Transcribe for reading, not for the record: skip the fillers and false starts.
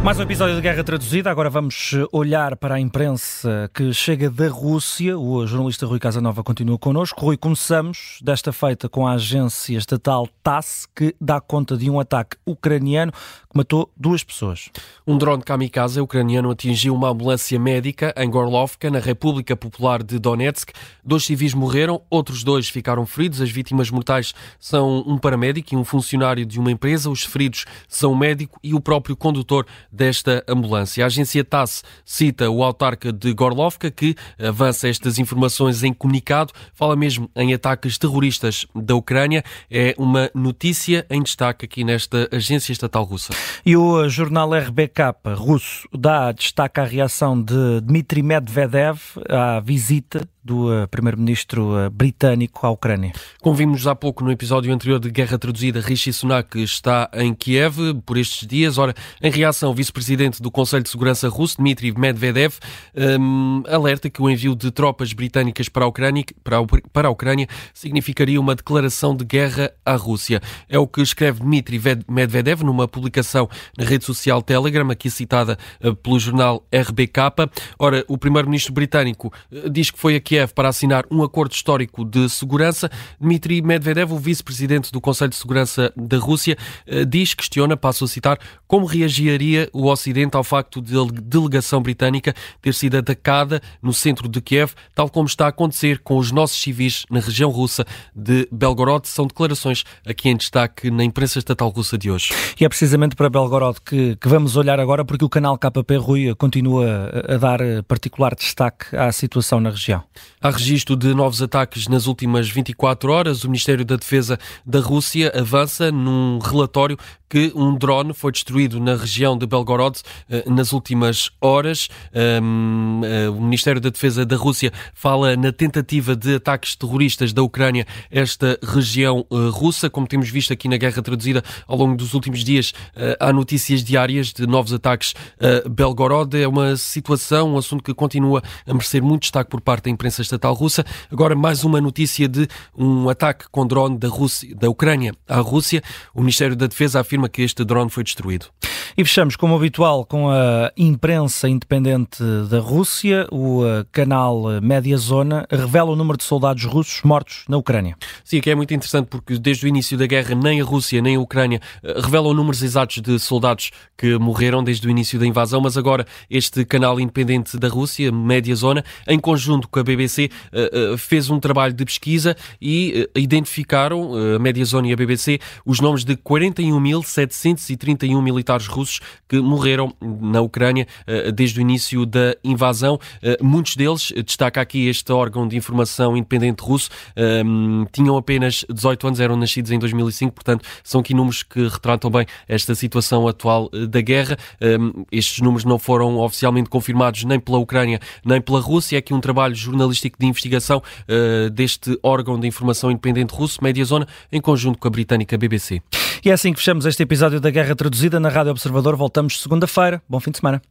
Mais um episódio de Guerra Traduzida. Agora vamos olhar para a imprensa que chega da Rússia. O jornalista Rui Casanova continua connosco. Rui, começamos desta feita com a agência estatal TASS, que dá conta de um ataque ucraniano que matou 2 pessoas. Um drone kamikaze ucraniano atingiu uma ambulância médica em Gorlovka, na República Popular de Donetsk. 2 civis morreram, outros 2 ficaram feridos. As vítimas mortais são um paramédico e um funcionário de uma empresa. Os feridos são o médico e o próprio condutor desta ambulância. A agência TASS cita o autarca de Gorlovka, que avança estas informações em comunicado, fala mesmo em ataques terroristas da Ucrânia. É uma notícia em destaque aqui nesta agência estatal russa. E o jornal RBK russo dá destaque à reação de Dmitry Medvedev à visita do primeiro-ministro britânico à Ucrânia. Como vimos há pouco no episódio anterior de Guerra Traduzida, Rishi Sunak está em Kiev por estes dias. Ora, em reação, o vice-presidente do Conselho de Segurança russo, Dmitry Medvedev, alerta que o envio de tropas britânicas para a Ucrânia significaria uma declaração de guerra à Rússia. É o que escreve Dmitry Medvedev numa publicação na rede social Telegram, aqui citada pelo jornal RBK. Ora, o primeiro-ministro britânico diz que foi a Kiev para assinar um acordo histórico de segurança. Dmitry Medvedev, o vice-presidente do Conselho de Segurança da Rússia, questiona, passo a citar, como reagiria o Ocidente ao facto de a delegação britânica ter sido atacada no centro de Kiev, tal como está a acontecer com os nossos civis na região russa de Belgorod. São declarações aqui em destaque na imprensa estatal russa de hoje. E é precisamente para Belgorod que vamos olhar agora, porque o canal KP Rui continua a dar particular destaque à situação na região. Há registro de novos ataques nas últimas 24 horas. O Ministério da Defesa da Rússia avança num relatório que um drone foi destruído na região de Belgorod nas últimas horas. O Ministério da Defesa da Rússia fala na tentativa de ataques terroristas da Ucrânia a esta região russa. Como temos visto aqui na Guerra Traduzida ao longo dos últimos dias, há notícias diárias de novos ataques a Belgorod. É uma situação, um assunto que continua a merecer muito destaque por parte da imprensa estatal russa. Agora mais uma notícia de um ataque com drone da Ucrânia à Rússia. O Ministério da Defesa afirma que este drone foi destruído. E fechamos, como habitual, com a imprensa independente da Rússia. O canal Média Zona revela o número de soldados russos mortos na Ucrânia. Sim, que é muito interessante porque desde o início da guerra nem a Rússia nem a Ucrânia revelam números exatos de soldados que morreram desde o início da invasão, mas agora este canal independente da Rússia, Média Zona, em conjunto com a BBC, fez um trabalho de pesquisa e identificaram, a Média Zona e a BBC, os nomes de 41.731 militares russos que morreram na Ucrânia desde o início da invasão. Muitos deles, destaca aqui este órgão de informação independente russo, tinham apenas 18 anos, eram nascidos em 2005, portanto são aqui números que retratam bem esta situação atual da guerra. Estes números não foram oficialmente confirmados nem pela Ucrânia nem pela Rússia. É aqui um trabalho jornalístico de investigação deste órgão de informação independente russo, Média Zona, em conjunto com a britânica BBC. E é assim que fechamos este episódio da Guerra Traduzida na Rádio Observador. Voltamos segunda-feira. Bom fim de semana.